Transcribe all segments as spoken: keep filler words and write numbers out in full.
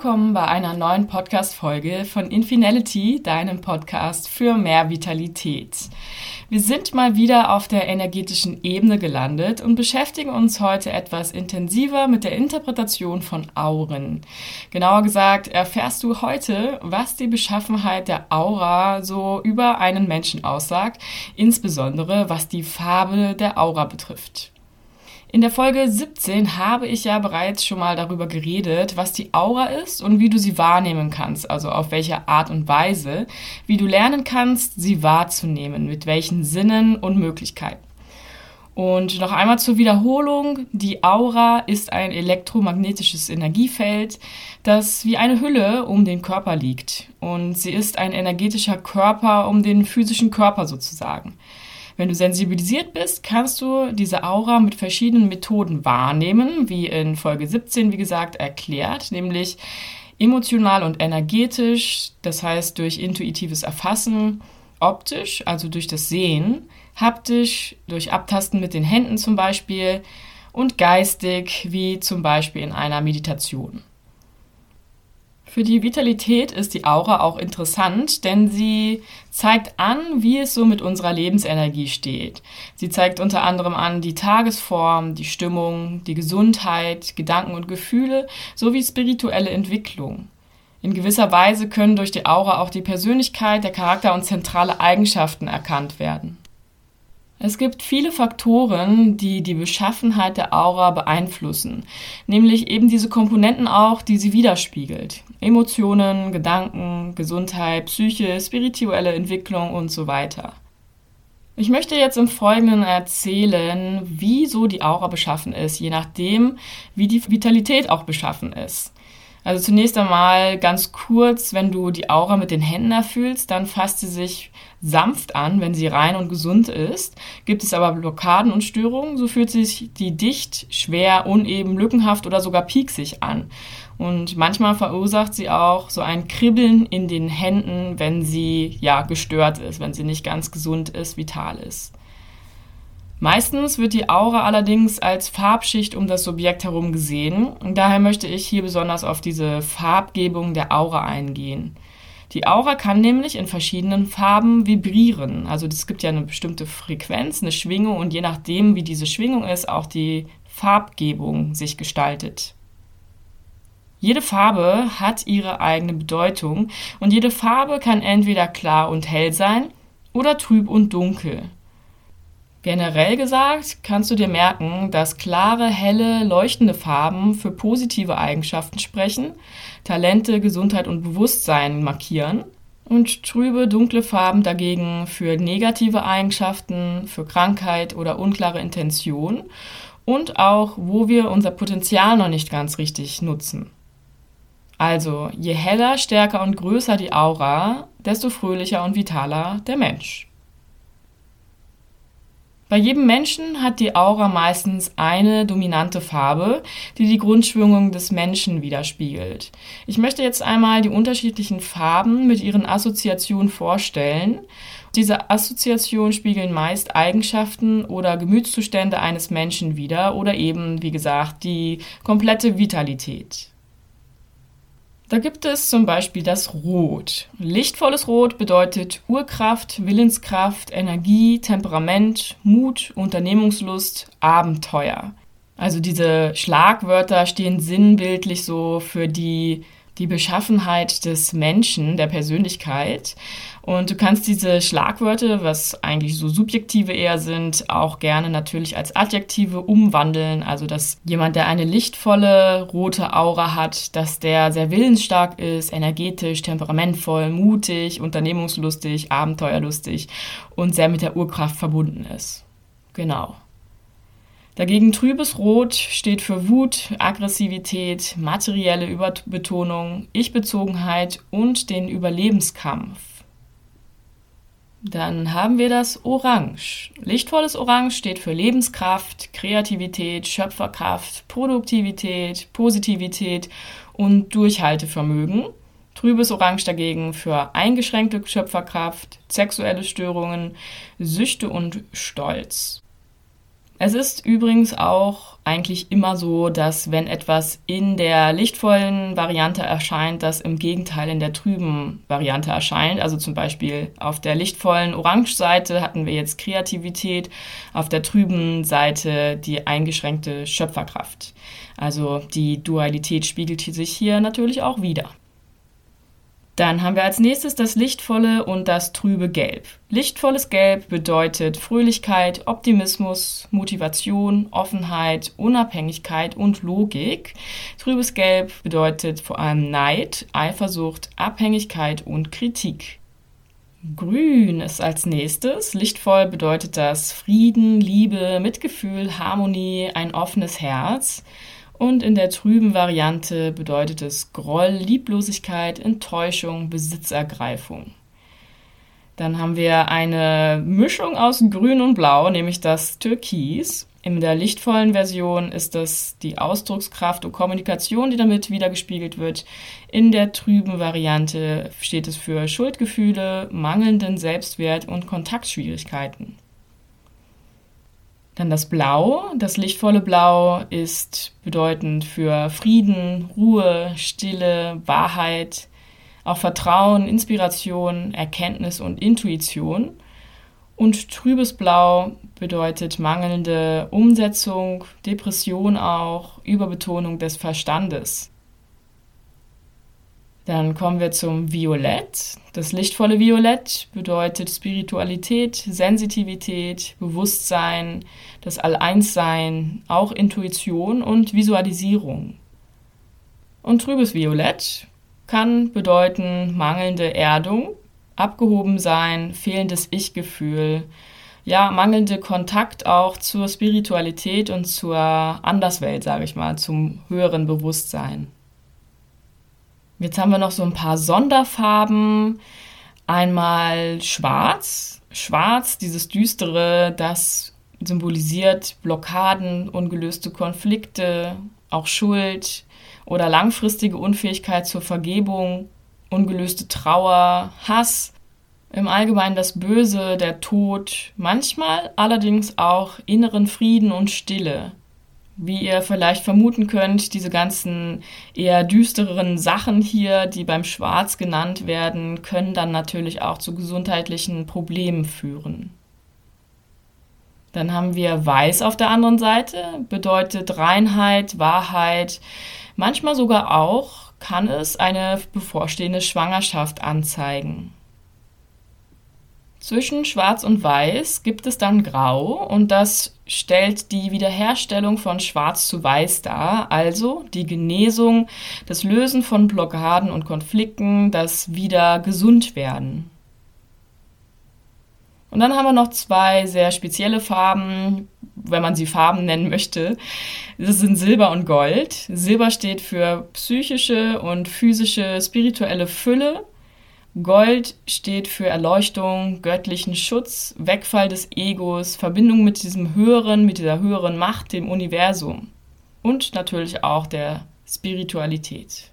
willkommen bei einer neuen Podcast-Folge von Infinality, deinem Podcast für mehr Vitalität. Wir sind mal wieder auf der energetischen Ebene gelandet und beschäftigen uns heute etwas intensiver mit der Interpretation von Auren. Genauer gesagt erfährst du heute, was die Beschaffenheit der Aura so über einen Menschen aussagt, insbesondere was die Farbe der Aura betrifft. In der Folge siebzehn habe ich ja bereits schon mal darüber geredet, was die Aura ist und wie du sie wahrnehmen kannst, also auf welche Art und Weise, wie du lernen kannst, sie wahrzunehmen, mit welchen Sinnen und Möglichkeiten. Und noch einmal zur Wiederholung, die Aura ist ein elektromagnetisches Energiefeld, das wie eine Hülle um den Körper liegt. Und sie ist ein energetischer Körper um den physischen Körper sozusagen. Wenn du sensibilisiert bist, kannst du diese Aura mit verschiedenen Methoden wahrnehmen, wie in Folge siebzehn, wie gesagt, erklärt, nämlich emotional und energetisch, das heißt durch intuitives Erfassen, optisch, also durch das Sehen, haptisch, durch Abtasten mit den Händen zum Beispiel und geistig, wie zum Beispiel in einer Meditation. Für die Vitalität ist die Aura auch interessant, denn sie zeigt an, wie es so mit unserer Lebensenergie steht. Sie zeigt unter anderem an die Tagesform, die Stimmung, die Gesundheit, Gedanken und Gefühle sowie spirituelle Entwicklung. In gewisser Weise können durch die Aura auch die Persönlichkeit, der Charakter und zentrale Eigenschaften erkannt werden. Es gibt viele Faktoren, die die Beschaffenheit der Aura beeinflussen, nämlich eben diese Komponenten auch, die sie widerspiegelt. Emotionen, Gedanken, Gesundheit, Psyche, spirituelle Entwicklung und so weiter. Ich möchte jetzt im Folgenden erzählen, wie so die Aura beschaffen ist, je nachdem, wie die Vitalität auch beschaffen ist. Also zunächst einmal ganz kurz, wenn du die Aura mit den Händen erfüllst, dann fasst sie sich sanft an, wenn sie rein und gesund ist. Gibt es aber Blockaden und Störungen, so fühlt sich die dicht, schwer, uneben, lückenhaft oder sogar pieksig an. Und manchmal verursacht sie auch so ein Kribbeln in den Händen, wenn sie ja gestört ist, wenn sie nicht ganz gesund ist, vital ist. Meistens wird die Aura allerdings als Farbschicht um das Subjekt herum gesehen. Und daher möchte ich hier besonders auf diese Farbgebung der Aura eingehen. Die Aura kann nämlich in verschiedenen Farben vibrieren. Also es gibt ja eine bestimmte Frequenz, eine Schwingung und je nachdem, wie diese Schwingung ist, auch die Farbgebung sich gestaltet. Jede Farbe hat ihre eigene Bedeutung und jede Farbe kann entweder klar und hell sein oder trüb und dunkel. Generell gesagt kannst du dir merken, dass klare, helle, leuchtende Farben für positive Eigenschaften sprechen, Talente, Gesundheit und Bewusstsein markieren und trübe, dunkle Farben dagegen für negative Eigenschaften, für Krankheit oder unklare Intention und auch, wo wir unser Potenzial noch nicht ganz richtig nutzen. Also, je heller, stärker und größer die Aura, desto fröhlicher und vitaler der Mensch. Bei jedem Menschen hat die Aura meistens eine dominante Farbe, die die Grundschwingung des Menschen widerspiegelt. Ich möchte jetzt einmal die unterschiedlichen Farben mit ihren Assoziationen vorstellen. Diese Assoziationen spiegeln meist Eigenschaften oder Gemütszustände eines Menschen wider oder eben, wie gesagt, die komplette Vitalität. Da gibt es zum Beispiel das Rot. Lichtvolles Rot bedeutet Urkraft, Willenskraft, Energie, Temperament, Mut, Unternehmungslust, Abenteuer. Also diese Schlagwörter stehen sinnbildlich so für die, die Beschaffenheit des Menschen, der Persönlichkeit. Und du kannst diese Schlagwörter, was eigentlich so subjektive eher sind, auch gerne natürlich als Adjektive umwandeln. Also dass jemand, der eine lichtvolle rote Aura hat, dass der sehr willensstark ist, energetisch, temperamentvoll, mutig, unternehmungslustig, abenteuerlustig und sehr mit der Urkraft verbunden ist. Genau. Dagegen trübes Rot steht für Wut, Aggressivität, materielle Überbetonung, Ich-Bezogenheit und den Überlebenskampf. Dann haben wir das Orange. Lichtvolles Orange steht für Lebenskraft, Kreativität, Schöpferkraft, Produktivität, Positivität und Durchhaltevermögen. Trübes Orange dagegen für eingeschränkte Schöpferkraft, sexuelle Störungen, Süchte und Stolz. Es ist übrigens auch eigentlich immer so, dass wenn etwas in der lichtvollen Variante erscheint, das im Gegenteil in der trüben Variante erscheint. Also zum Beispiel auf der lichtvollen Orange-Seite hatten wir jetzt Kreativität, auf der trüben Seite die eingeschränkte Schöpferkraft. Also die Dualität spiegelt sich hier natürlich auch wider. Dann haben wir als nächstes das lichtvolle und das trübe Gelb. Lichtvolles Gelb bedeutet Fröhlichkeit, Optimismus, Motivation, Offenheit, Unabhängigkeit und Logik. Trübes Gelb bedeutet vor allem Neid, Eifersucht, Abhängigkeit und Kritik. Grün ist als nächstes. Lichtvoll bedeutet das Frieden, Liebe, Mitgefühl, Harmonie, ein offenes Herz. Und in der trüben Variante bedeutet es Groll, Lieblosigkeit, Enttäuschung, Besitzergreifung. Dann haben wir eine Mischung aus Grün und Blau, nämlich das Türkis. In der lichtvollen Version ist das die Ausdruckskraft und Kommunikation, die damit wiedergespiegelt wird. In der trüben Variante steht es für Schuldgefühle, mangelnden Selbstwert und Kontaktschwierigkeiten. Dann das Blau. Das lichtvolle Blau ist bedeutend für Frieden, Ruhe, Stille, Wahrheit, auch Vertrauen, Inspiration, Erkenntnis und Intuition. Und trübes Blau bedeutet mangelnde Umsetzung, Depression auch, Überbetonung des Verstandes. Dann kommen wir zum Violett. Das lichtvolle Violett bedeutet Spiritualität, Sensitivität, Bewusstsein, das All-Eins-Sein, auch Intuition und Visualisierung. Und trübes Violett kann bedeuten mangelnde Erdung, abgehoben sein, fehlendes Ich-Gefühl, ja, mangelnde Kontakt auch zur Spiritualität und zur Anderswelt, sage ich mal, zum höheren Bewusstsein. Jetzt haben wir noch so ein paar Sonderfarben. Einmal Schwarz. Schwarz, dieses Düstere, das symbolisiert Blockaden, ungelöste Konflikte, auch Schuld oder langfristige Unfähigkeit zur Vergebung, ungelöste Trauer, Hass. Im Allgemeinen das Böse, der Tod, manchmal allerdings auch inneren Frieden und Stille. Wie ihr vielleicht vermuten könnt, diese ganzen eher düstereren Sachen hier, die beim Schwarz genannt werden, können dann natürlich auch zu gesundheitlichen Problemen führen. Dann haben wir Weiß auf der anderen Seite, bedeutet Reinheit, Wahrheit, manchmal sogar auch kann es eine bevorstehende Schwangerschaft anzeigen. Zwischen Schwarz und Weiß gibt es dann Grau und das stellt die Wiederherstellung von Schwarz zu Weiß dar, also die Genesung, das Lösen von Blockaden und Konflikten, das wieder gesund werden. Und dann haben wir noch zwei sehr spezielle Farben, wenn man sie Farben nennen möchte. Das sind Silber und Gold. Silber steht für psychische und physische spirituelle Fülle. Gold steht für Erleuchtung, göttlichen Schutz, Wegfall des Egos, Verbindung mit diesem höheren, mit dieser höheren Macht, dem Universum und natürlich auch der Spiritualität.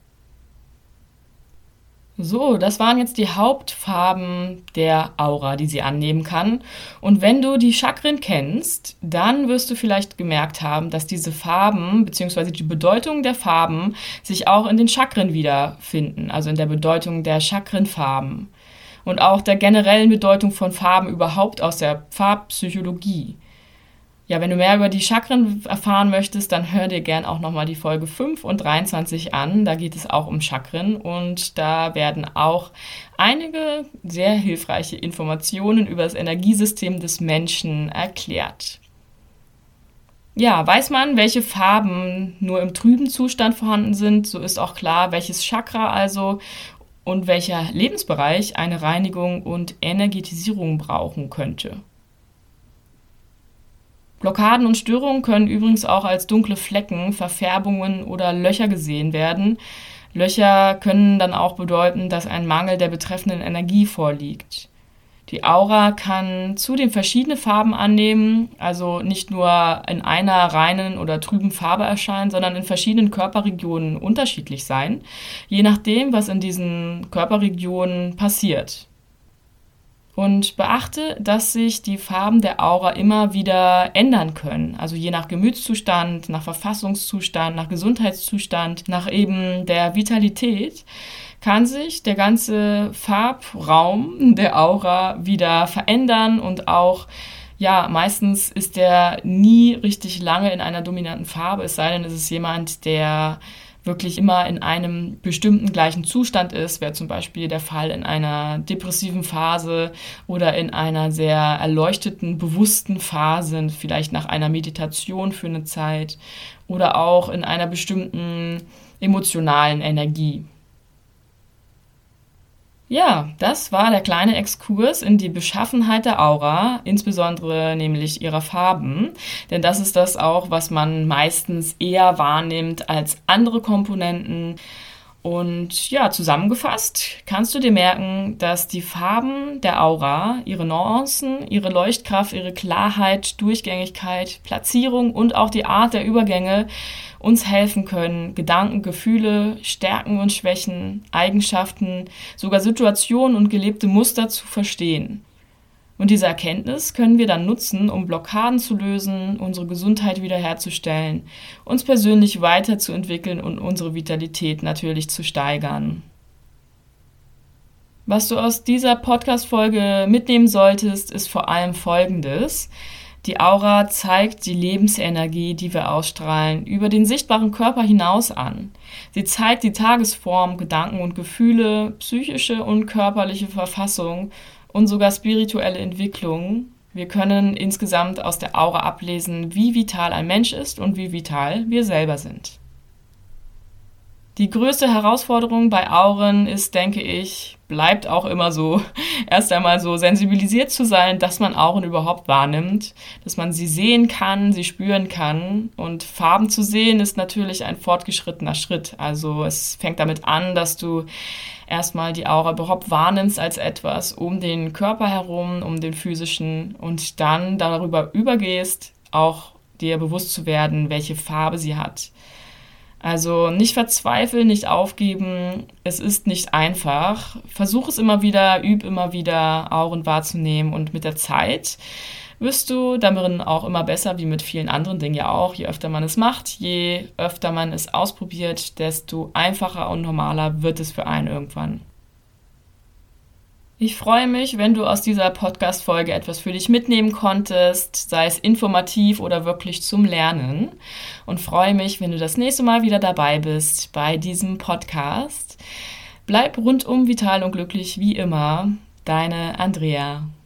So, das waren jetzt die Hauptfarben der Aura, die sie annehmen kann. Und wenn du die Chakren kennst, dann wirst du vielleicht gemerkt haben, dass diese Farben bzw. die Bedeutung der Farben sich auch in den Chakren wiederfinden, also in der Bedeutung der Chakrenfarben und auch der generellen Bedeutung von Farben überhaupt aus der Farbpsychologie. Ja, wenn du mehr über die Chakren erfahren möchtest, dann hör dir gern auch nochmal die Folge fünf und dreiundzwanzig an. Da geht es auch um Chakren und da werden auch einige sehr hilfreiche Informationen über das Energiesystem des Menschen erklärt. Ja, weiß man, welche Farben nur im trüben Zustand vorhanden sind, so ist auch klar, welches Chakra also und welcher Lebensbereich eine Reinigung und Energetisierung brauchen könnte. Blockaden und Störungen können übrigens auch als dunkle Flecken, Verfärbungen oder Löcher gesehen werden. Löcher können dann auch bedeuten, dass ein Mangel der betreffenden Energie vorliegt. Die Aura kann zudem verschiedene Farben annehmen, also nicht nur in einer reinen oder trüben Farbe erscheinen, sondern in verschiedenen Körperregionen unterschiedlich sein, je nachdem, was in diesen Körperregionen passiert. Und beachte, dass sich die Farben der Aura immer wieder ändern können. Also je nach Gemütszustand, nach Verfassungszustand, nach Gesundheitszustand, nach eben der Vitalität kann sich der ganze Farbraum der Aura wieder verändern und auch, ja, meistens ist der nie richtig lange in einer dominanten Farbe, es sei denn, es ist jemand, der wirklich immer in einem bestimmten gleichen Zustand ist, wäre zum Beispiel der Fall in einer depressiven Phase oder in einer sehr erleuchteten, bewussten Phase, vielleicht nach einer Meditation für eine Zeit oder auch in einer bestimmten emotionalen Energie. Ja, das war der kleine Exkurs in die Beschaffenheit der Aura, insbesondere nämlich ihrer Farben. Denn das ist das auch, was man meistens eher wahrnimmt als andere Komponenten. Und ja, zusammengefasst kannst du dir merken, dass die Farben der Aura, ihre Nuancen, ihre Leuchtkraft, ihre Klarheit, Durchgängigkeit, Platzierung und auch die Art der Übergänge uns helfen können, Gedanken, Gefühle, Stärken und Schwächen, Eigenschaften, sogar Situationen und gelebte Muster zu verstehen. Und diese Erkenntnis können wir dann nutzen, um Blockaden zu lösen, unsere Gesundheit wiederherzustellen, uns persönlich weiterzuentwickeln und unsere Vitalität natürlich zu steigern. Was du aus dieser Podcast-Folge mitnehmen solltest, ist vor allem Folgendes. Die Aura zeigt die Lebensenergie, die wir ausstrahlen, über den sichtbaren Körper hinaus an. Sie zeigt die Tagesform, Gedanken und Gefühle, psychische und körperliche Verfassung und sogar spirituelle Entwicklung. Wir können insgesamt aus der Aura ablesen, wie vital ein Mensch ist und wie vital wir selber sind. Die größte Herausforderung bei Auren ist, denke ich, bleibt auch immer so, erst einmal so sensibilisiert zu sein, dass man Auren überhaupt wahrnimmt, dass man sie sehen kann, sie spüren kann. Und Farben zu sehen ist natürlich ein fortgeschrittener Schritt. Also es fängt damit an, dass du erstmal die Aura überhaupt wahrnimmst als etwas um den Körper herum, um den physischen und dann darüber übergehst, auch dir bewusst zu werden, welche Farbe sie hat. Also nicht verzweifeln, nicht aufgeben, es ist nicht einfach. Versuch es immer wieder, üb immer wieder, Auren wahrzunehmen und mit der Zeit wirst du darin auch immer besser, wie mit vielen anderen Dingen ja auch. Je öfter man es macht, je öfter man es ausprobiert, desto einfacher und normaler wird es für einen irgendwann. Ich freue mich, wenn du aus dieser Podcast-Folge etwas für dich mitnehmen konntest, sei es informativ oder wirklich zum Lernen. Und freue mich, wenn du das nächste Mal wieder dabei bist bei diesem Podcast. Bleib rundum vital und glücklich wie immer. Deine Andrea.